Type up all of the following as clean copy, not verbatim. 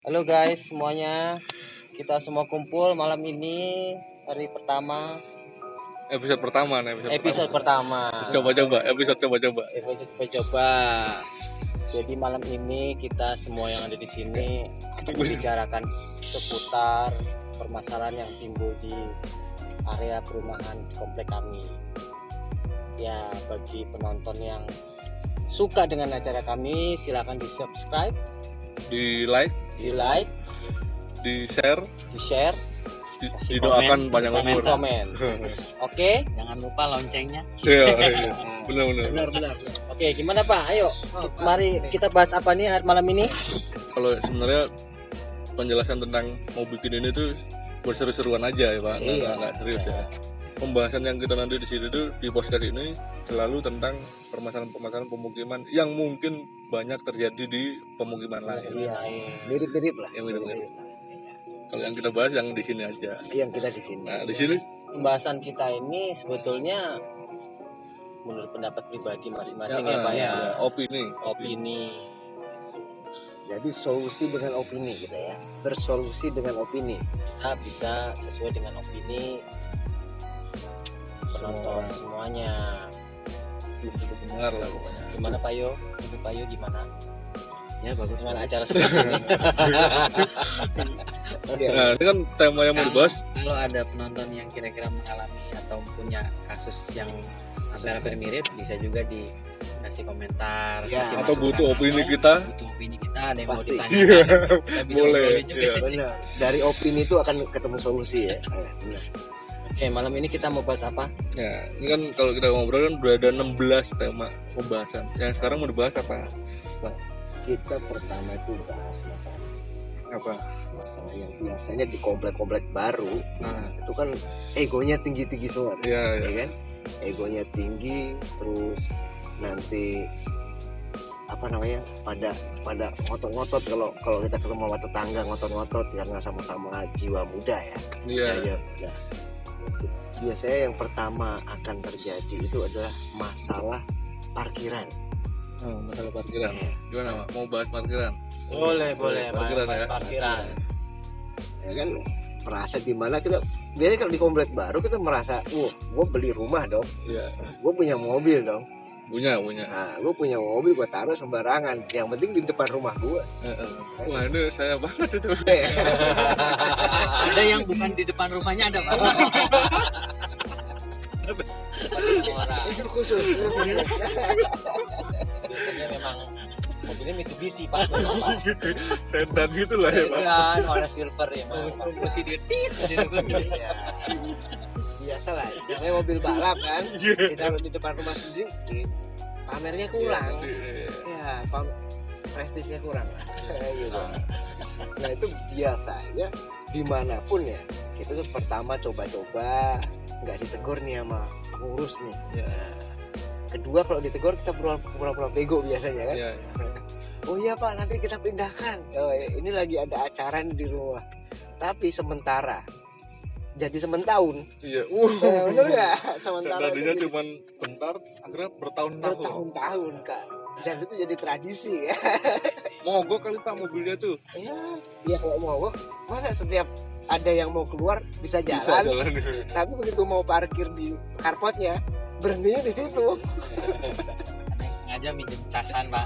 Halo guys semuanya, kita semua kumpul malam ini hari pertama Episode pertama episode pertama. Coba-coba. Episode coba. Jadi malam ini kita semua yang ada di sini akan membicarakan seputar permasalahan yang timbul di area perumahan di komplek kami. Ya, bagi penonton yang suka dengan acara kami, silakan di-subscribe, Di like, di-share, didoakan panjang umur. komen. Oke? Jangan lupa loncengnya. Iya. Benar. Oke, gimana Pak? Ayo, mari kita bahas apa nih malam ini? Kalau sebenarnya penjelasan tentang mau bikin ini tuh berseru-seruan aja ya Pak, nggak serius ya. Pembahasan yang kita nanti di sini tuh di podcast ini selalu tentang permasalahan pemukiman yang mungkin banyak terjadi di pemukiman lain. Iya, mirip-mirip lah. Yang mirip-mirip. Kalau yang kita bahas yang di sini aja. Yang kita di sini. Nah, di sini Pembahasan kita ini sebetulnya menurut pendapat pribadi masing-masing ya Pak ya. Opini. Jadi solusi dengan opini gitu ya. Bersolusi dengan opini. Kita bisa sesuai dengan opini penonton semuanya. Benar lah pokoknya. Gimana Pak Yo? Menurut Pak Yo gimana? Ya bagus. Dengan acara seperti ini. Nah, ini kan tema yang mau dibahas. Kalau ada penonton yang kira-kira mengalami atau punya kasus yang hampir mirip, bisa juga dikasih komentar, Ya, kasih Atau masukan, butuh opini atau kita. butuh opini kita, ada yang mau Pasti. ditanyakan, kita bisa Boleh, ngobrolin juga iya. sih. Benar. Dari opini itu akan ketemu solusi ya. Benar. Oke, malam ini kita mau bahas apa? Ya, ini kan kalau kita ngobrol kan udah ada 16 tema pembahasan. Yang sekarang mau dibahas apa? Kita pertama itu bahas Apa? masalah yang biasanya di komplek-komplek baru Nah, itu kan egonya tinggi-tinggi semua, iya. ya kan? Egonya tinggi, terus nanti apa namanya pada ngotot-ngotot kalau kita ketemu sama tetangga ngotot-ngotot karena sama-sama jiwa muda ya. Iya. Ya. Nah, biasanya yang pertama akan terjadi itu adalah masalah parkiran. Oh, masalah parkiran. Ya. Gimana, Pak? Mau bahas parkiran? Boleh, Parkiran ya. parkiran. Ya kan merasa gimana kita biasanya kalau di komplek baru kita merasa, gue beli rumah dong, Iya. gue punya mobil dong. Punya. Nah, gue punya mobil gue taruh sembarangan. Yang penting di depan rumah gue. Wah, ini saya banget itu. Ada yang bukan di depan rumahnya ada Pak. Orang. Itu khusus. Biasanya memang mobilnya Mitsubishi Pak. Sedan gitu lah ya, Pak. Kan warna silver ya Mas. Mesti ditit. Ya. Biasa lah, namanya mobil balap kan. Ditaruh di depan rumah sendiri, pamernya kurang. Ya, prestisnya kurang. Gitu. Nah itu biasanya dimanapun ya, kita tuh pertama coba-coba nggak ditegur nih sama pengurus nih. Nah, kedua kalau ditegur kita pura-pura bego biasanya kan. Iya. Oh iya Pak, nanti kita pindahkan. Oh, ini lagi ada acara nih di rumah. Tapi sementara jadi sementahun. Iya. Bener nggak? Sementara Tadinya itu cuma bentar, akhirnya bertahun-tahun. bertahun-tahun Kak. Dan itu jadi tradisi ya. Mogok kali Pak mobilnya tuh. Ya kalau mau masa setiap ada yang mau keluar bisa Bisa jalan, jalan. tapi begitu mau parkir di carportnya berhentinya di situ. Ada yang sengaja minjem casan Pak.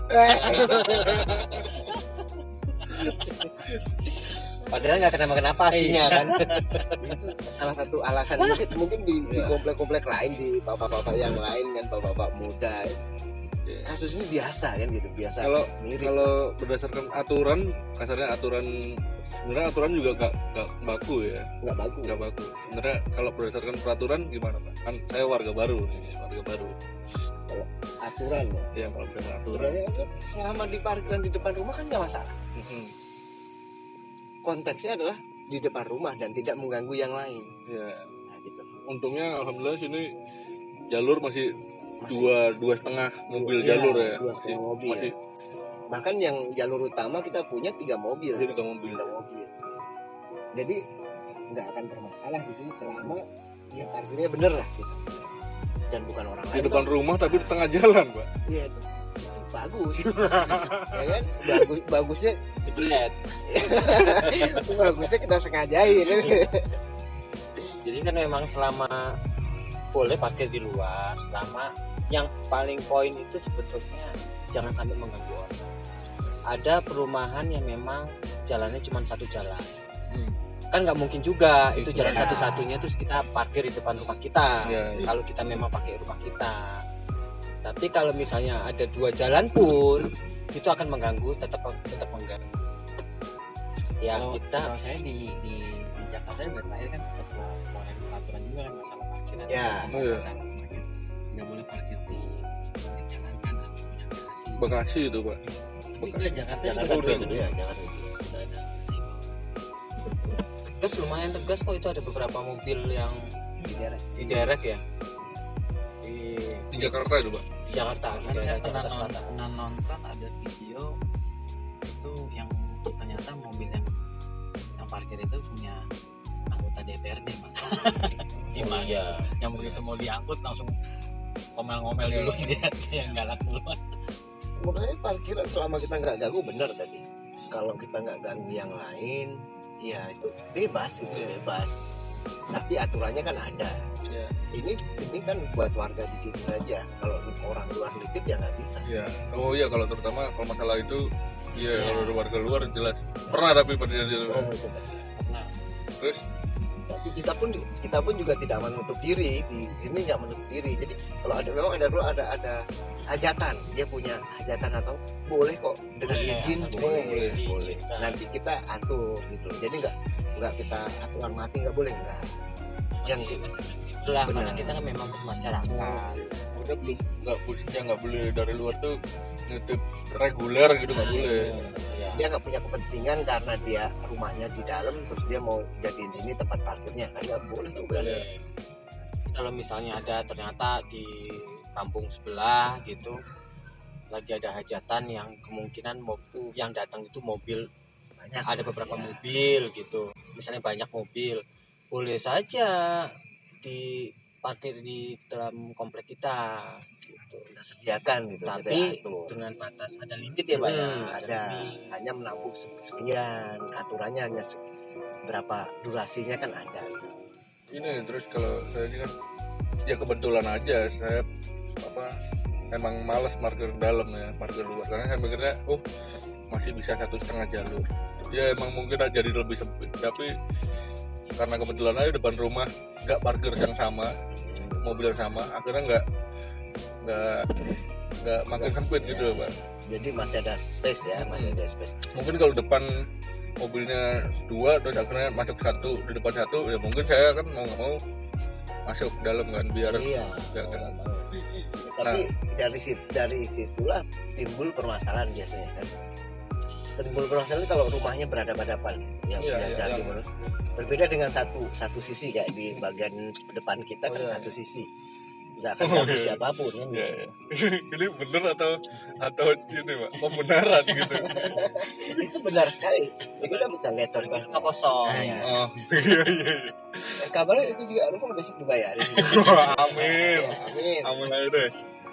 Padahal nggak kenapa-kenapa artinya kan. Itu salah satu alasan mungkin di komplek-komplek lain, di bapak-bapak yang lain kan, bapak-bapak muda. Kasus ini biasa kan gitu, biasa. Mirip. Kalau berdasarkan aturan, kasarnya sebenarnya aturan juga gak baku ya. Nggak bagus. Nggak baku. Sebenarnya kalau berdasarkan peraturan gimana Pak? Kan saya warga baru. Kalau aturan loh. Iya, kalau berdasarkan aturan. Sebenarnya kan selama di parkiran di depan rumah kan nggak masalah. Konteksnya adalah di depan rumah dan tidak mengganggu yang lain. Iya. Nah, gitu. Untungnya alhamdulillah sini jalur masih dua setengah mobil Iya, jalur ya. dua setengah mobil. Masih Bahkan yang jalur utama kita punya 3 mobil. jadi 3 mobil. 3 mobil. Jadi nggak akan bermasalah di sini selama ya parkirnya bener lah gitu. Dan bukan orang Di lain. depan rumah tapi di tengah jalan Pak. Iya itu bagus. Ya kan? Bagusnya dibelet. bagusnya kita sengajain. Jadi kan memang selama boleh parkir di luar, selama yang paling poin itu sebetulnya jangan sampai mengganggu orang. Ada perumahan yang memang jalannya cuma satu jalan, kan nggak mungkin juga itu jalan satu-satunya terus kita parkir di depan rumah kita. Kalau kita memang pakai rumah kita. Tapi kalau misalnya ada 2 jalan pun itu akan mengganggu, tetap mengganggu. Ya kalau saya di Jakarta juga terakhir kan sempat keluarin peraturan juga kan masalah parkiran. Nggak boleh parkir di jalan kan atau punya garasi. Bekasi itu Pak. Enggak, Jakarta udah itu ya, Jakarta. Tegas, lumayan tegas kok, itu ada beberapa mobil yang diderek ya di Jakarta itu Pak. di Jakarta. Kan saya pernah nonton ada video itu yang ternyata mobil yang parkir itu punya anggota DPRD Pak. Gimana? Yang begitu mau diangkut langsung ngomel-ngomel dulu dia yang galak duluan. Menurut saya parkiran selama kita nggak ganggu benar tadi. Kalau kita nggak ganggu yang lain, ya itu bebas, bebas. Tapi aturannya kan ada. Ini kan buat warga di sini saja. Kalau orang luar nitip ya nggak bisa. Oh iya, kalau terutama kalau masalah itu, kalau ada warga luar jelas. Pernah tapi pada Pernah. Terus tapi kita pun juga tidak menutup diri di sini, nggak menutup diri. Jadi kalau memang ada hajatan, dia punya hajatan atau boleh kok dengan izin, boleh. Nanti kita atur gitu. Jadi nggak kita aturan mati, nggak boleh, nggak. Yang lah karena kita kan memang masyarakat. Kita belum nggak boleh dari luar tuh nitip reguler gitu, nggak boleh. Dia nggak punya kepentingan karena dia rumahnya di dalam terus dia mau jadiin sini tempat parkirnya, kan nggak boleh juga. Kalau misalnya ada ternyata di kampung sebelah gitu lagi ada hajatan yang kemungkinan yang datang itu mobil banyak, ada beberapa mobil gitu, misalnya banyak mobil, boleh saja diparkir di dalam komplek kita gitu. Kita sediakan gitu, tapi dengan batas ada limit ya Pak ya. Ada hanya menampung sekian, aturannya hanya berapa durasinya kan ada. Ini terus kalau saya ini kan ya kebetulan aja saya emang malas parkir dalam ya, parkir luar, karena saya mikirnya masih bisa 1,5 jalur ya, emang mungkin jadi lebih sempit, tapi karena kebetulan aja depan rumah nggak parkir yang sama, mobil yang sama, akhirnya nggak makin sempit gitu Pak. Jadi masih ada space ya, masih ada space. Mungkin kalau depan mobilnya 2 terus akhirnya masuk 1 di depan 1 ya, mungkin saya kan mau nggak mau masuk dalam kan biar tapi dari situlah timbul permasalahan biasanya kan. Timbul permasalahan kalau rumahnya berhadapan-hadapan yang berbeda dengan satu sisi, kayak di bagian depan kita kan satu sisi nggak akan ganggu siapapun kan. Ini bener atau ini Pak, pembenaran gitu. Itu benar sekali. Kita bisa lihat contoh rumah kosong. Iya. Kabarnya itu juga rumah besok dibayarin. Amin. Amin aja deh.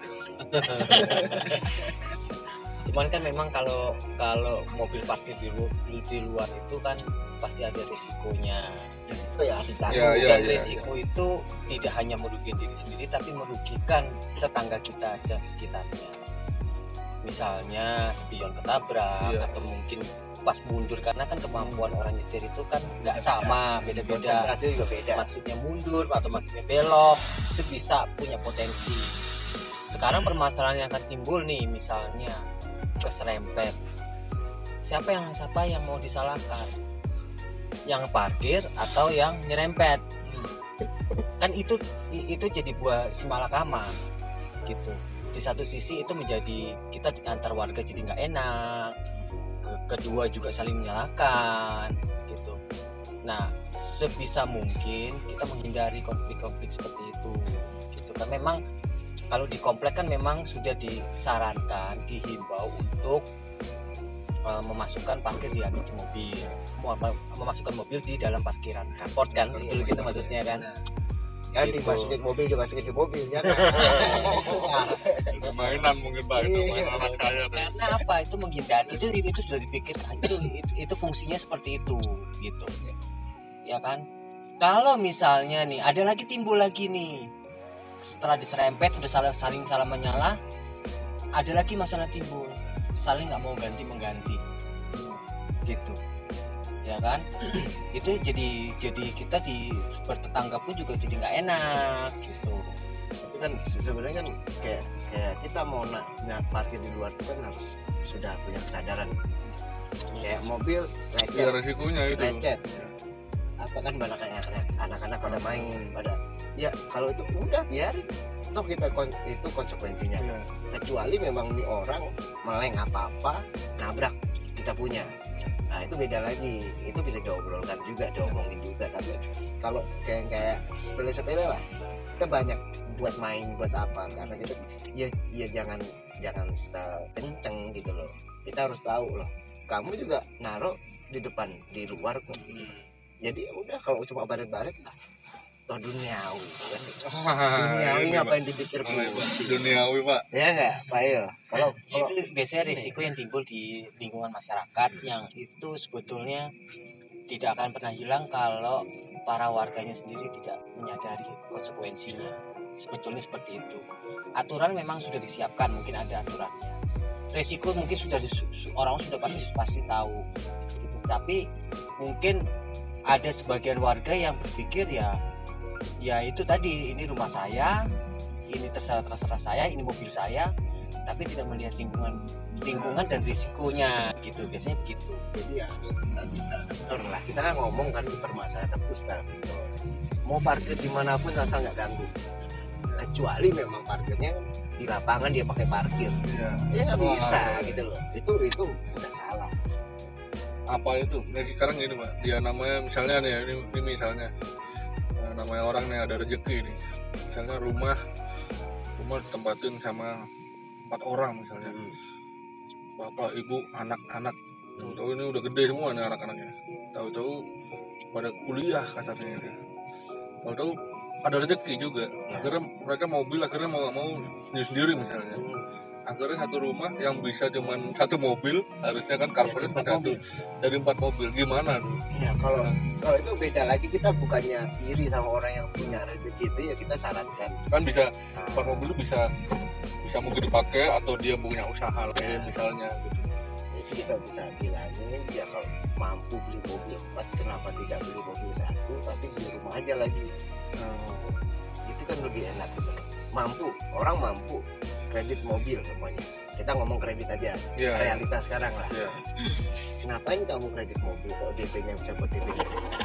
Cuman kan memang kalau mobil parkir di luar itu kan pasti ada risikonya. Dan risiko itu tidak hanya merugikan diri sendiri tapi merugikan tetangga kita dan sekitarnya. Misalnya spion ketabrak atau mungkin pas mundur, karena kan kemampuan orang nyetir itu kan nggak sama, beda-beda. Konsentrasi juga beda. Maksudnya mundur atau maksudnya belok itu bisa punya potensi. Sekarang permasalahan yang akan timbul nih, misalnya keserempet. Siapa yang mau disalahkan? Yang parkir atau yang nyerempet? Kan itu jadi buah simalakama gitu. Di satu sisi itu menjadi kita antar warga jadi nggak enak, kedua juga saling menyalahkan gitu. Nah, sebisa mungkin kita menghindari konflik-konflik seperti itu gitu kan. Memang kalau di komplek kan memang sudah disarankan, dihimbau untuk memasukkan parkir di mobil, memasukkan mobil di dalam parkiran carport kan, betul gitu maksudnya kan. kan Gitu. dimasukin mobil dimasukin di mobil ya kan? Itu mainan mungkin Pak, itu mainan anak kaya tuh. Karena apa, itu menghindari, itu sudah dipikirkan, itu fungsinya seperti itu gitu ya kan. Kalau misalnya nih ada lagi timbul lagi nih, setelah diserempet udah saling salah menyalah, ada lagi masalah timbul, saling nggak mau ganti mengganti gitu ya kan. Itu jadi kita di bertetangga pun juga jadi nggak enak gitu. Tapi kan sebenarnya kan kayak kita mau parkir di luar itu kan harus sudah punya kesadaran. Kayak mobil Ya lecet, resikonya itu. apa kan banyak anak-anak pada main pada ya, kalau itu udah biarin, toh itu konsekuensinya. Iya. Kecuali memang nih orang meleng apa-apa nabrak kita punya, nah itu beda lagi, itu bisa diobrolkan juga, diomongin juga. Tapi kalau kayak sepele-sepele lah, kita banyak buat main buat apa, karena kita ya jangan style kenceng gitu loh. Kita harus tahu loh, kamu juga naruh di depan di luar kok. Jadi udah, kalau cuma baret-baret lah, toh duniawi kan. Duniawi Ini, ngapain Pak. dipikir Duniawi Pak. ya nggak Pak Il? Kalau Itu biasanya risiko yang timbul di lingkungan masyarakat, yang itu sebetulnya tidak akan pernah hilang kalau para warganya sendiri tidak menyadari konsekuensinya. Sebetulnya seperti itu. Aturan memang sudah disiapkan, mungkin ada aturannya. Risiko mungkin sudah orang sudah pasti tahu gitu. Tapi mungkin ada sebagian warga yang berpikir ya itu tadi, ini rumah saya, ini terserah saya, ini mobil saya, tapi tidak melihat lingkungan dan risikonya gitu. Biasanya begitu. jadi ya betul lah, kita kan ngomong kan permasalahan pusat, mau parkir dimanapun asal nggak ganggu, kecuali memang parkirnya di lapangan dia pakai parkir, ya nggak bisa gitu loh. Itu udah salah. Apa itu? Nah, sekarang gini Pak, dia namanya misalnya nih, ini misalnya namanya orang nih ada rezeki nih, misalnya rumah ditempatin sama 4 orang misalnya, bapak, ibu, anak-anak, tahu ini udah gede semua nih anak-anaknya, tahu-tahu pada kuliah kasarnya ini, tahu-tahu ada rezeki juga, akhirnya mereka akhirnya mau nggak mau sendiri misalnya. Akhirnya satu rumah yang bisa cuman satu mobil, harusnya kan carpornya satu dari 4 mobil, gimana tuh? Ya kalau itu beda lagi, kita bukannya iri sama orang yang punya rezeki itu, ya kita sarankan Kan bisa 4 mobil itu bisa mungkin dipakai, atau dia punya usaha lain misalnya gitu. itu kita bisa bilangin ya, kalau mampu beli mobil 4, kenapa tidak beli mobil 1 tapi beli rumah aja lagi. Itu kan lebih enak gitu. Orang mampu kredit mobil semuanya, kita ngomong kredit aja, realitas sekarang lah. Ngapain kamu kredit mobil kalau DP-nya bisa buat DP?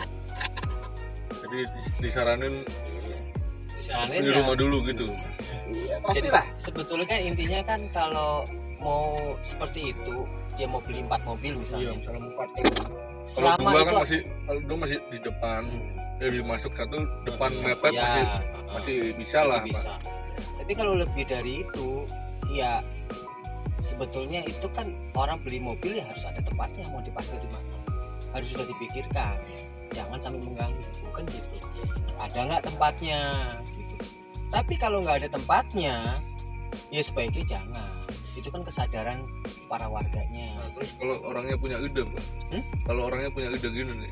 Jadi disaranin Soalnya beli rumah dulu gitu. Iya jadi pastilah. sebetulnya kan intinya kan, kalau mau seperti itu dia mau beli 4 mobil misalnya, Misalnya 4. Kalau selama 2 itu kan masih di depan, jadi masuk satu depan mepet ya, masih bisa lah. bisa. Tapi kalau lebih dari itu, ya sebetulnya itu kan orang beli mobil ya harus ada tempatnya, mau diparkir di mana harus sudah dipikirkan, jangan sampai mengganggu, bukan gitu. Ada nggak tempatnya gitu. Tapi kalau nggak ada tempatnya, ya sebaiknya jangan. Itu kan kesadaran para warganya. Nah, terus kalau orangnya punya ide, Pak. Kalau orangnya punya ide gini nih,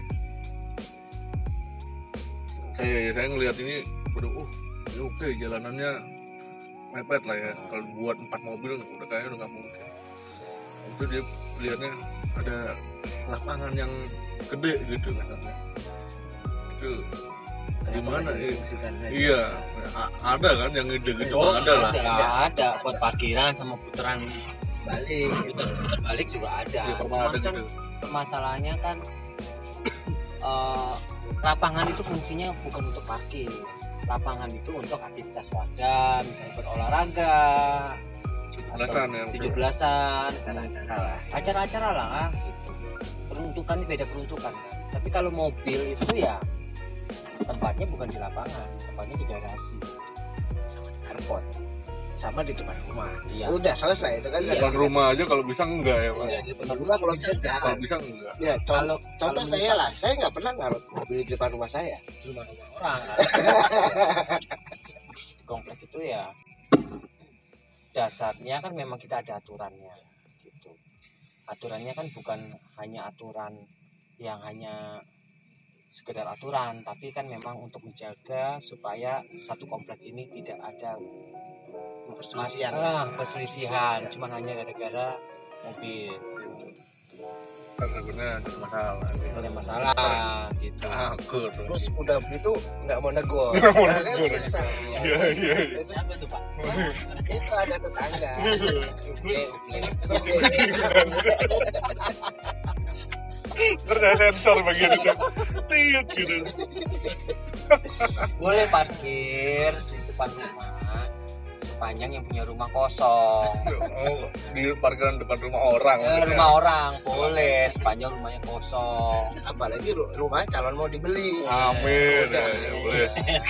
saya ngelihat ini, ya oke, jalanannya mepet lah ya. Kalau buat 4 mobil udah kayaknya udah nggak mungkin. Itu dia lihatnya ada lapangan yang gede gitu katanya. Itu gimana ya? Iya, ada kan yang ide gitu, ada lah. Ada buat parkiran sama puteran balik, putar balik juga ada. Ya, Cuman ada kan gitu. permasalahannya kan lapangan itu fungsinya bukan untuk parkir. Lapangan itu untuk aktivitas warga, misalnya berolahraga, 17-an, acara-acara lah gitu. Peruntukannya beda peruntukan kan. Tapi kalau mobil itu ya tempatnya bukan di lapangan, tempatnya di garasi sama di carport. sama di depan rumah. Iya. Udah selesai itu kan. Depan rumah aja kalau bisa enggak ya Pak. Iya, di depan rumah kalau bisa Kalau jangan. bisa enggak. Ya, Kalau saya lah, saya nggak pernah naruh mobil di depan rumah saya. cuma rumah orang kan. Di komplek itu ya dasarnya kan memang kita ada aturannya gitu. Aturannya kan bukan hanya aturan yang hanya sekedar aturan, tapi kan memang untuk menjaga supaya satu komplek ini tidak ada perselisihan cuman hanya gara-gara mobil Karena benar ada masalah. ada masalah gitu. Akur. Terus udah begitu nggak mau negor, Nggak mau kan negor. susah. Iya. Itu, Siapa tuh Pak? itu ada tetangga. Oke. Kerja sensor bagian itu. Tiut gitu. Boleh parkir di depan rumah sepanjang yang punya rumah kosong. Oh, di parkiran depan rumah orang. Rumah orang boleh sepanjang rumahnya kosong. Apalagi rumah calon mau dibeli. Amin. Udah. Ya, boleh.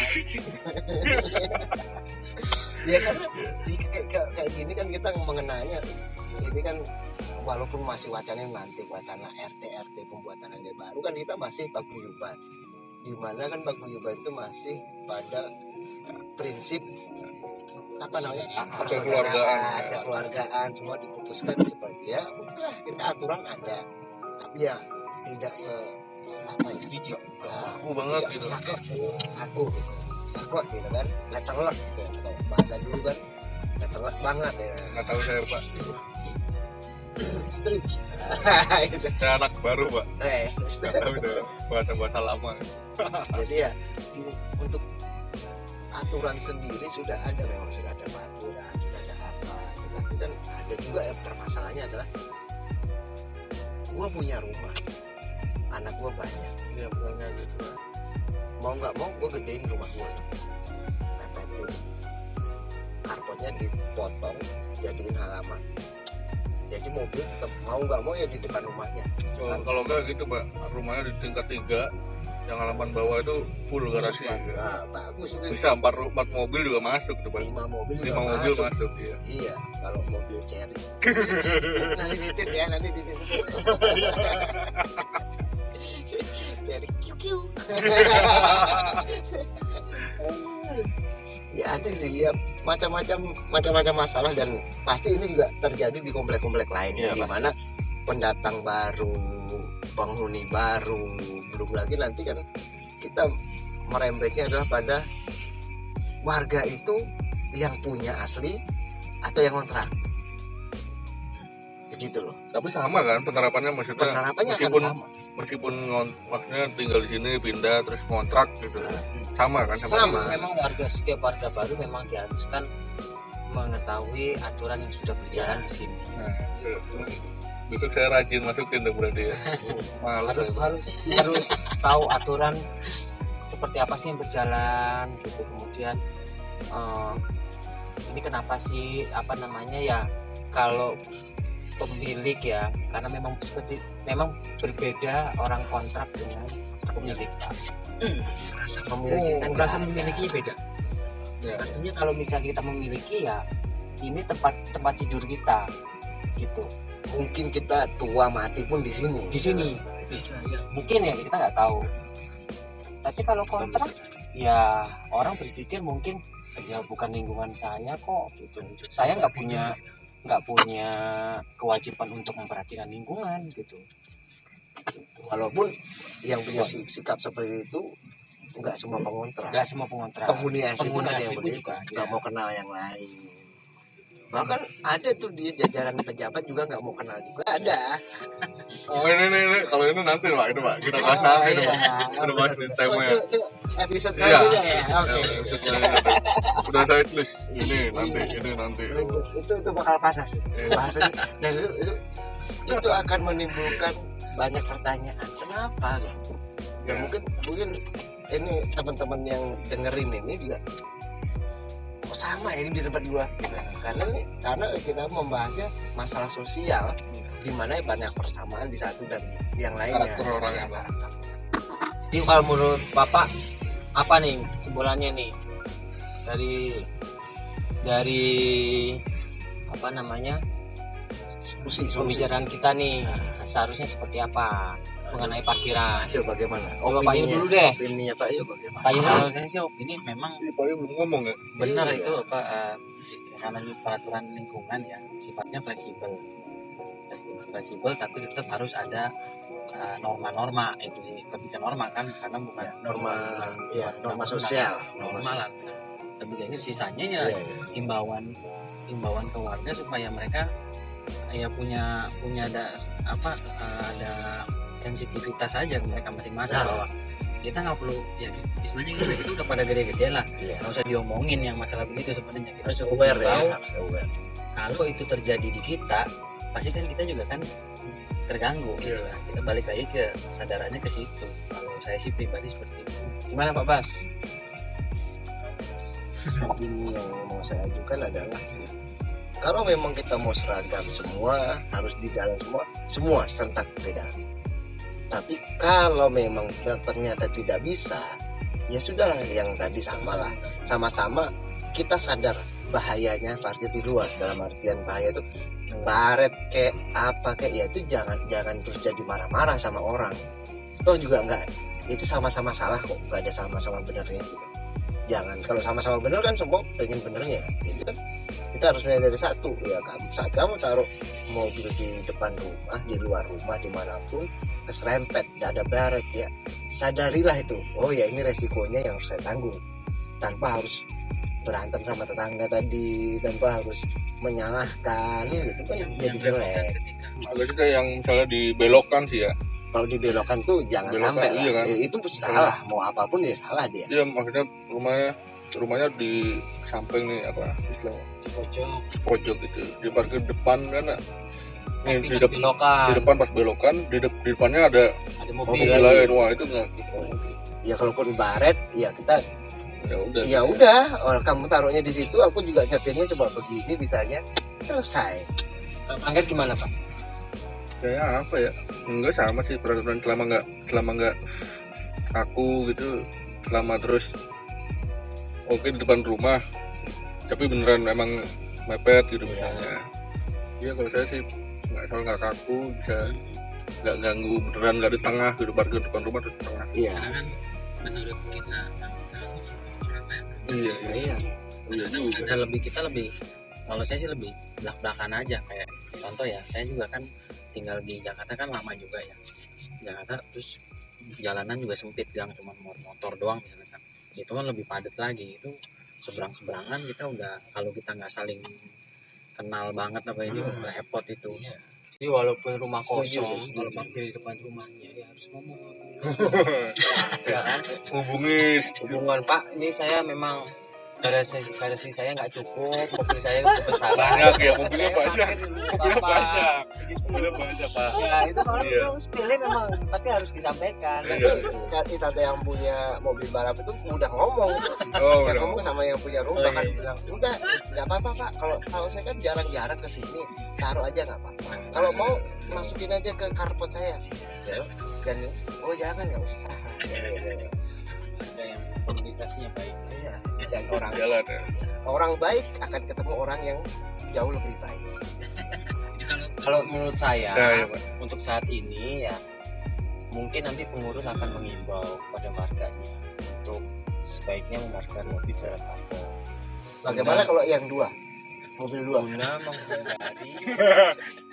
Ya kan kayak gini kan kita mengenanya ini kan walaupun masih wacana RT pembuatan RT baru kan kita masih paguyuban, dimana kan paguyuban itu masih pada prinsip apa namanya kekeluargaan semua diputuskan seperti ya udah kita aturan ada tapi ya tidak apa ya Biji. Aku banget tidak gitu. sesaklek aku gitu saklek gitu kan letterlek gitu kalau bahasa dulu kan letterlek banget ya Nggak tahu saya Pak. street gitu. Saya anak baru Pak. Street. Tapi udah bahasa lama. Jadi ya untuk aturan sendiri sudah ada, memang sudah ada peraturan, sudah ada apa, tetapi kan ada juga yang permasalahannya adalah gua punya rumah, anak gua banyak, Iya pokoknya gitu. mau nggak mau gua gedein rumah gua, pepetin, karpotnya dipotong, jadiin halaman, jadi mobil tetap mau nggak mau ya di depan rumahnya. Kalau enggak gitu Pak, rumahnya di tingkat 3 yang halaman bawah itu full garasi. Bagus itu. Bisa 4 mobil juga masuk tuh Pak. 5 mobil 5 juga mobil masuk. masuk iya. Iya, kalau mobil cherry. nanti titit ya, nanti titit. Cherry QQ. Ya ada sih ya macam-macam masalah dan pasti ini juga terjadi di komplek-komplek lain Iya, di mana pendatang baru, penghuni baru, belum lagi nanti kan kita merembetnya adalah pada warga itu yang punya asli atau yang kontrak. Begitu loh. Tapi sama kan penerapannya maksudnya. Penerapannya akan sama. Meskipun maksudnya tinggal di sini pindah terus kontrak gitu. Sama kan Sama. Memang setiap warga baru memang diharuskan mengetahui aturan yang sudah berjalan di sini. Nah, besok saya rajin masukin deh berarti ya. Males. harus tahu aturan seperti apa sih yang berjalan gitu. Kemudian ini kenapa sih apa namanya ya, kalau pemilik ya, karena memang berbeda orang kontrak dengan pemilik Pak. Rasa memiliki kan Rasa memiliki beda. Ya. Artinya kalau misalnya kita memiliki ya ini tempat tidur kita gitu. mungkin kita tua mati pun di sini. Di sini bisa ya. Mungkin ya kita nggak tahu. Tapi kalau kontrak ya orang berpikir mungkin ya bukan lingkungan saya kok gitu. Saya nggak punya kewajiban untuk memperhatikan lingkungan gitu. Walaupun yang punya sikap seperti itu nggak semua pengontrak. Nggak semua pengontrak. Penghuni asli pun ada yang begitu, juga nggak ya. mau kenal yang lain. Bahkan ada tuh di jajaran pejabat juga nggak mau kenal juga ada. Oh ini kalau ini nanti Pak, itu Pak. Kita bahas nanti itu Pak. Kita bahas di temanya. Itu episode Iya. selanjutnya ya. Oke. Udah saya tulis ini nanti. Itu bakal panas bahasanya. Dan itu akan menimbulkan banyak pertanyaan. Kenapa gitu? Dan mungkin ini teman-teman yang dengerin ini juga sama ya di tempat dua gitu. Karena kita membahasnya masalah sosial di mana banyak persamaan di satu dan yang lainnya. Karakter orang yang karakter. Jadi kalau menurut Bapak apa nih kesimpulannya nih dari dari apa namanya pembicaraan kita nih seharusnya seperti apa mengenai parkiran? Ayo bagaimana? Coba Pak Yu dulu deh. Opininya Pak Yu bagaimana? Pak Yu Kalau saya sih opini memang Pak Yu belum ngomong ya. benar Iya. itu apa karena ini peraturan lingkungan ya sifatnya fleksibel tapi tetap harus ada norma-norma itu sih lebih ke norma kan karena bukan norma sosial, norma lah lebih dari sisanya ya Iya. himbauan ke warga supaya mereka ya punya ada sensitivitas aja ke mereka masing-masing bahwa kita nggak perlu ya istilahnya kita udah pada gede-gede lah nggak usah diomongin yang masalah begitu sebenarnya kita Harus cukup aware ya, tahu harus aware. kalau itu terjadi di kita pasti kan kita juga kan terganggu gitu lah. Kita balik lagi ke sadarannya ke situ. Kalau saya sih pribadi seperti itu. Gimana Pak Bas? Opini yang mau saya ajukan adalah kalau memang kita mau seragam semua harus di dalam semua serentak di dalam. Tapi kalau memang ternyata tidak bisa, ya sudahlah yang tadi sama-sama kita sadar bahayanya parkir di luar. Dalam artian bahaya itu baret kayak apa kayak ya itu jangan terus jadi marah-marah sama orang. Toh juga enggak itu sama-sama salah kok, enggak ada sama-sama benernya gitu. Jangan kalau sama-sama bener kan semua pengen benernya gitu kan. Kita harus mulai dari satu ya saat kamu taruh mobil di depan rumah, di luar rumah, dimanapun keserempet, tidak ada baret ya sadarilah itu, oh ya ini resikonya yang harus saya tanggung tanpa harus berantem sama tetangga tadi, tanpa harus menyalahkan gitu kan jadi jelek. Agak juga yang misalnya dibelokkan sih ya. Kalau dibelokkan tuh jangan Belokkan, sampai lah iya kan? itu salah, mau apapun ya salah dia. Dia maksudnya rumahnya di samping nih apa istilahnya Di pojok itu di parkir depan kan nih, Nanti pas belokan di depan pas belokan di depannya ada ada mobil mobil. lain, wah itu nggak Ya kalaupun baret ya kita ya udah orang kamu taruhnya di situ, aku juga nyetirnya coba begini bisanya selesai. Angger gimana Pak? kayak apa ya, enggak sama sih peraturan selama nggak aku gitu, selama terus oke di depan rumah tapi beneran emang mepet gitu misalnya ya kalau saya sih nggak kaku, bisa nggak ganggu beneran, nggak di tengah gitu, parkir depan rumah di tengah. Iya. Karena kan menurut kita Iya juga. ada kita lebih kalau saya sih lebih belak-belakan aja kayak contoh ya saya juga kan tinggal di Jakarta kan lama juga ya Jakarta, terus jalanan juga sempit gang cuma motor doang misalnya kan itu kan lebih padat lagi, itu seberang-seberangan kita udah kalau kita nggak saling kenal banget apa ini udah repot itu. Jadi walaupun rumah Setuju, kosong setuju. kalau parkir di depan rumahnya ya harus ngomong sama pengelola. Ya kan, hubungi Hubungan Pak, ini saya memang garasi saya nggak cukup, mobil saya kebesaran. banyak ya, mobilnya Saya banyak, parkir di rumah mobilnya Bapak. banyak, Gitu. mobilnya banyak pak. Ya itu kalau Iya. itu sepele memang, tapi harus disampaikan. Iya. Kan tante yang punya mobil balap itu udah ngomong, Oh udah udah. ngomong sama yang punya rumah Oh, kan iya. bilang udah nggak apa-apa Pak, kalau saya kan jarang-jarang kesini taruh aja nggak apa-apa, kalau mau masukin aja ke carport saya ya kan, oh jangan nggak usah. Ada yang komunikasinya baik. Iya, dan Jalan ya. orang baik akan ketemu orang yang jauh lebih baik. Kalau menurut saya Ya, ya, Pak. untuk saat ini ya mungkin nanti pengurus akan mengimbau kepada warganya untuk sebaiknya memarkirkan mobil dalam karpet. Bagaimana kalau yang dua mobil dua? Guna menghindari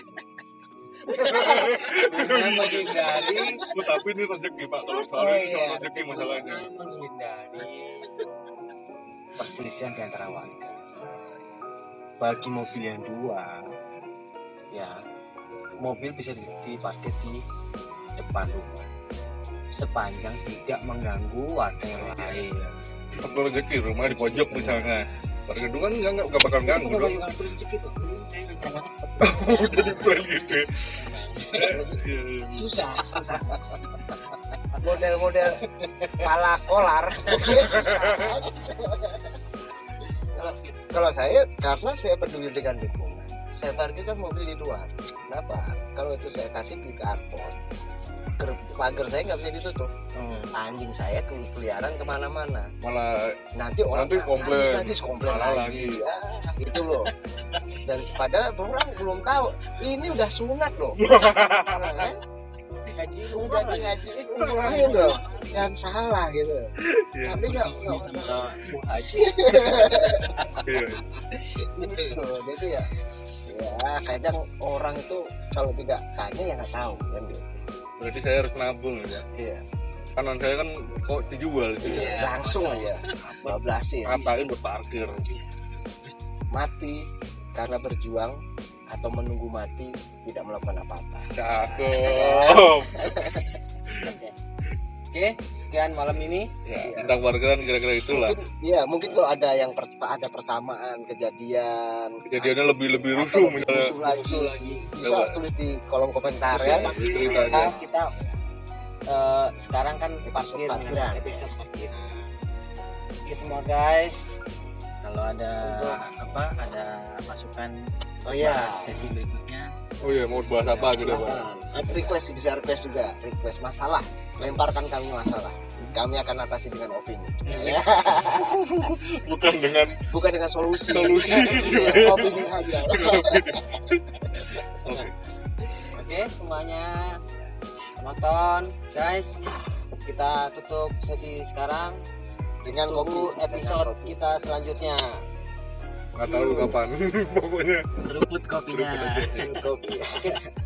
Oh, tapi ini rezeki pak, kalau soal ini soal rezeki masalahnya. menghindari perselisihan di antara warga. Bagi mobil yang dua, ya mobil bisa diparkir di depan rumah sepanjang tidak mengganggu warga yang lain. Faktor rezeki, rumah di pojok misalnya, parkir dua kan nggak bakal ganggu Itu dong. bukan ngatur rezeki tuh. Ini saya rencanakan seperti Jadi plan gitu. susah. Model-model pala kolar susah. Kalau saya karena saya peduli dengan lingkungan, saya parkirkan mobil di luar. Kenapa? Kalau itu saya kasih di carport, pagar saya nggak bisa ditutup. Anjing saya keliaran kemana-mana. Malah Nanti orang Nanti komplain. najis komplain Salah lagi. lagi. Ya, itu loh. Daripada orang belum tahu ini udah sunat loh. Kan? Udah dihajiin umrohnya loh, jangan salah gitu. Tapi nggak sama Bu Haji. gitu. Jadi ya kadang orang itu kalau tidak tanya ya nggak tahu kan gitu. Berarti saya harus nabung ya. Iya. Kanan saya kan kok dijual gitu ya. Langsung aja bablasin. Ngapain buat parkir? Mati karena berjuang atau menunggu mati tidak melakukan apa-apa. Cakep. Oke, sekian malam ini. Ya, tentang parkiran kira-kira itulah. Mungkin kalau ada yang ada persamaan Kejadiannya lebih rusuh misalnya. rusuh lagi. Bisa Coba. tulis di kolom komentar ya. Cerita aja. Kita sekarang kan Episode parkir parkiran. episode parkiran. Oke semua guys, kalau ada ada masukan Oh iya. bahas sesi berikutnya. Oh iya, mau bahas apa gitu, Pak? Bisa request juga, request masalah. Lemparkan kami masalah. Kami akan atasi dengan opini. Ya. Bukan dengan solusi. gitu. Opini aja. Oke, semuanya nonton guys. Kita tutup sesi sekarang. Dengan Tunggu kopi. episode Dengan kopi. kita selanjutnya. Nggak tahu kapan. Pokoknya Seruput kopinya. Kopi.